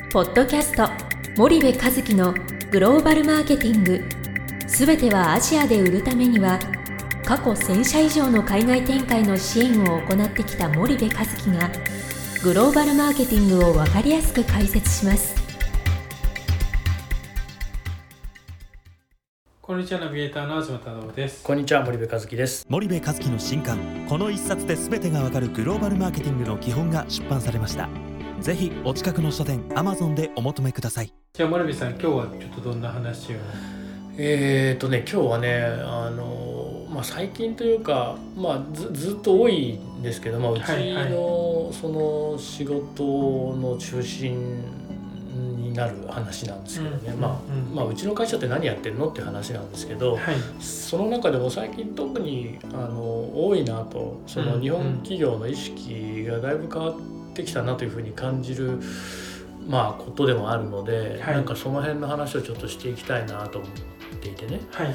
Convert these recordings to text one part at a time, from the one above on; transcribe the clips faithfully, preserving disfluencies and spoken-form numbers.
ポッドキャスト森部一樹のグローバルマーケティング、すべてはアジアで売るためには、過去せん社以上の海外展開の支援を行ってきた森部一樹がグローバルマーケティングを分かりやすく解説します。 こんにちは、ナビゲーターの東太郎です。 こんにちは、森部一樹です。 森部一樹の新刊、この一冊で全てがわかるグローバルマーケティングの基本が出版されました。ぜひお近くの書店 Amazon でお求めください。 じゃあ森部さん、今日はちょっとどんな話を？ えーとね今日はねあの、まあ、最近というか、まあ、ず, ずっと多いんですけど、まあ、うちの、はいはい、その仕事の中心になる話なんですけどね、うんまあうんまあ、うちの会社って何やってるのっていう話なんですけど、はい、その中でも最近特にあの多いなと、その日本企業の意識がだいぶ変わってきたなというふうに感じる、まあ、ことでもあるので、はい、なんかその辺の話をちょっとしていきたいなと思っていてね、はいはい、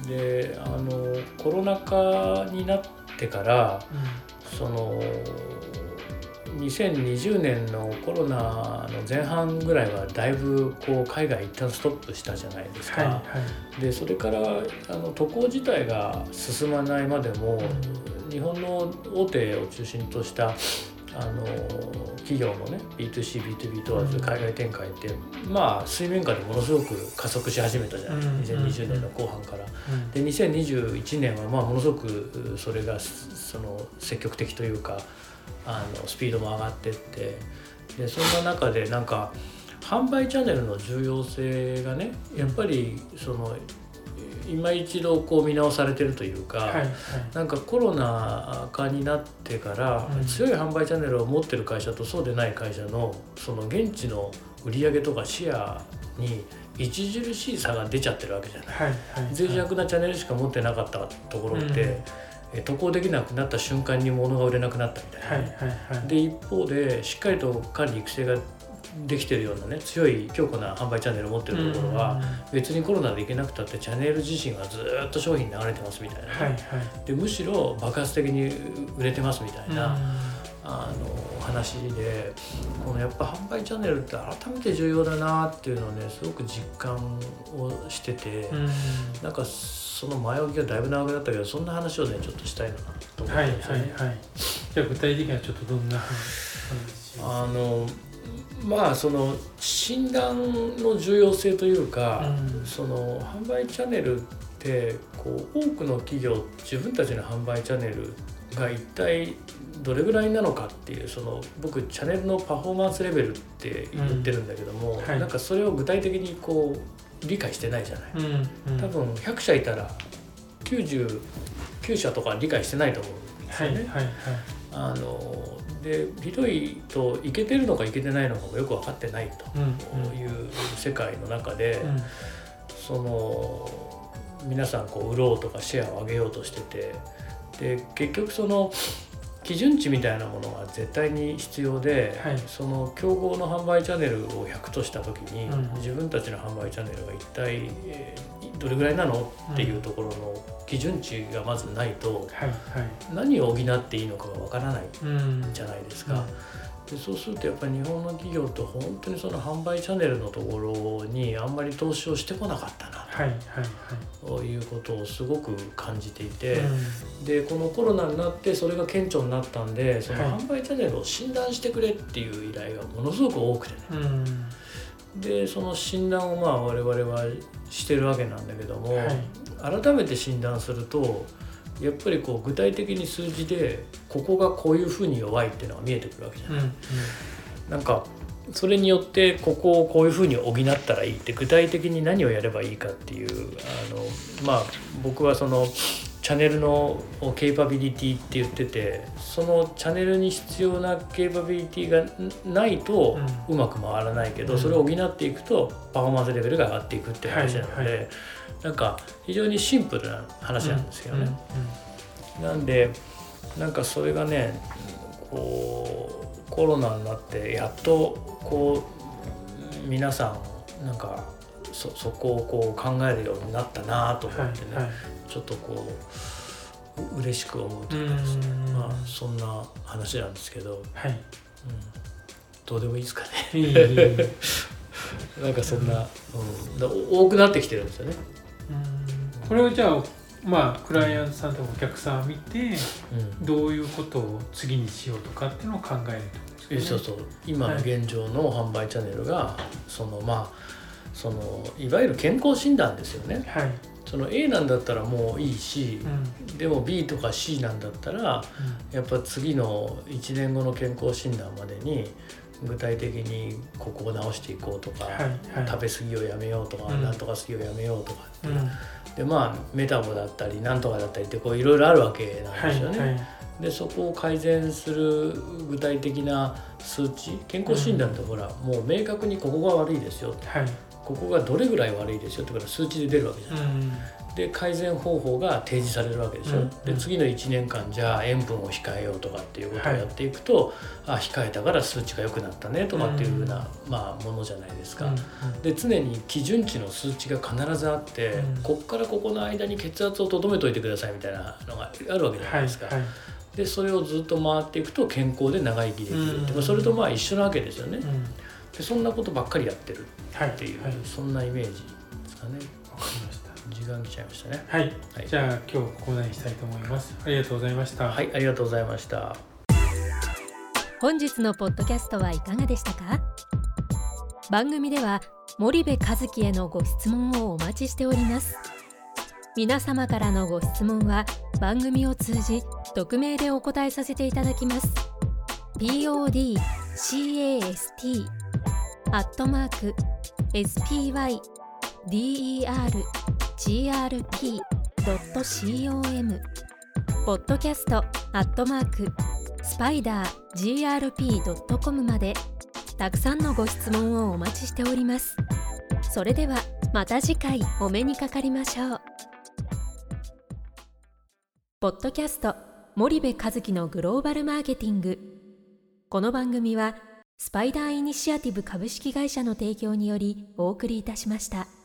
であのコロナ禍になってから、うん、そのにせんにじゅうねんのコロナの前半ぐらいはだいぶこう海外一旦ストップしたじゃないですか、はいはい、でそれからあの渡航自体が進まないまでも、うん、日本の大手を中心としたあの企業のね ビーツーシー、ビーツービー 問わず海外展開って、うん、まあ水面下でものすごく加速し始めたじゃないですか、うん、にせんにじゅうねんの後半から、うん、でにせんにじゅういちねんはまあものすごくそれがその積極的というかあのスピードも上がってって、でそんな中でなんか販売チャンネルの重要性がねやっぱりその今一度こう見直されてるというか、はいはい、なんかコロナ禍になってから、うん、強い販売チャンネルを持ってる会社とそうでない会社のその現地の売上とかシェアに著しい差が出ちゃってるわけじゃない、はいはいはい、脆弱なチャンネルしか持ってなかったところって、うん、渡航できなくなった瞬間に物が売れなくなったみたいな、はいはいはい、で一方でしっかりと管理育成ができてるようなね強い強固な販売チャンネルを持ってるところは、うん、別にコロナで行けなくたってチャンネル自身はずっと商品流れてますみたいな、ねはいはい、でむしろ爆発的に売れてますみたいな、うん、あの話で、このやっぱ販売チャンネルって改めて重要だなっていうのをねすごく実感をしてて、うん、なんかその前置きがだいぶ長くなったけど、そんな話をねちょっとしたいなと思ってるんですよね、はいはいはい、 じゃあ具体的にはちょっとどんな話？ あのまあその診断の重要性というか、うん、その販売チャンネルってこう多くの企業自分たちの販売チャンネルが一体どれぐらいなのかっていう、その僕チャンネルのパフォーマンスレベルって言ってるんだけども、うんはい、なんかそれを具体的にこう理解してないじゃない、うんうん、多分ひゃく社いたらきゅうじゅうきゅう社とか理解してないと思うんですよね、はいはいはい、あのでひどいといけてるのかいけてないのかもよく分かってないという世界の中で、うんうん、その皆さんこう売ろうとかシェアを上げようとしてて、で結局その基準値みたいなものが絶対に必要で、はい、その競合の販売チャンネルをひゃくとした時に、うん、自分たちの販売チャンネルが一体、えー、どれぐらいなのっていうところの基準値がまずないと、はいはい、何を補っていいのかがわからないじゃないですか、うんでそうするとやっぱり日本の企業って本当にその販売チャンネルのところにあんまり投資をしてこなかったな、はいはいはい、ということをすごく感じていて、うん、でこのコロナになってそれが顕著になったんで、その販売チャンネルを診断してくれっていう依頼がものすごく多くてね、うん、でその診断をまあ我々はしてるわけなんだけども、はい、改めて診断するとやっぱりこう具体的に数字でここがこういうふうに弱いっていうのが見えてくるわけじゃない、うんうん、なんかそれによってここをこういうふうに補ったらいいって具体的に何をやればいいかっていう、あのまあ僕はそのチャンネルのケイパビリティって言ってて、そのチャンネルに必要なケイパビリティがないとうまく回らないけど、うん、それを補っていくとパフォーマンスレベルが上がっていくっていう話なので、はいはい、なんか非常にシンプルな話なんですよね、うんうんうん、なんでなんかそれがねこうコロナになってやっとこう皆さんなんか そ, そこをこう考えるようになったなと思ってね、はいはい、ちょっとこう嬉しく思うというかですね、まあそんな話なんですけど、はい、うん、 どうでもいいですかね。 いいいいいいなんかそんな、うん、だ多くなってきてるんですよね。 うんこれをじゃあまあクライアントさんとかお客さんを見て、 うん、 どういうことを次にしようとかっていうのを考えるってことですかね。 そうそう今の現状の販売チャンネルが、そのまあそのいわゆる健康診断ですよね。 はい。 その A なんだったらもういいし、 うんでも B とか C なんだったらやっぱ次のいちねんごの健康診断までに具体的にここを直していこうとか、 はいはい、 食べ過ぎをやめようとか、 うん、 なんとか過ぎをやめようとかっていう、 うん、 でまあメタボだったりなんとかだったりってこういろいろあるわけなんですよね。 はいはい、 でそこを改善する具体的な数値、健康診断ってほら、うん、もう明確にここが悪いですよ、 はい、 ここがどれぐらい悪いですよってから数値で出るわけじゃない、うん、で改善方法が提示されるわけでしょ、うん、で次のいちねんかんじゃあ塩分を控えようとかっていうことをやっていくと、はい、あ控えたから数値が良くなったねとかっていうふうな、うんまあ、ものじゃないですか、うん、で常に基準値の数値が必ずあって、うん、こっからここの間に血圧をとどめといてくださいみたいなのがあるわけじゃないですか、はいはい、でそれをずっと回っていくと健康で長生きできるって、うん、それとまあ一緒なわけですよね、うん、でそんなことばっかりやってるっていう、はいはい、そんなイメージですかね。 わかりました。 時間来ちゃいましたね。 はい、はい、じゃあ今日ここまでにしたいと思います。ありがとうございました。 はい、ありがとうございました。 本日のポッドキャストはいかがでしたか？番組では森部一樹へのご質問をお待ちしております。皆様からのご質問は番組を通じ匿名でお答えさせていただきます。ピーオーディーキャスト アットマーク エスピーワイディーイーアールジーアールピー ドット コム ポッドキャストアットマークスパイダー ジーアールピー ドット コム までたくさんのご質問をお待ちしております。それではまた次回お目にかかりましょう。ポッドキャスト森部一樹のグローバルマーケティング。この番組はスパイダーイニシアティブ株式会社の提供によりお送りいたしました。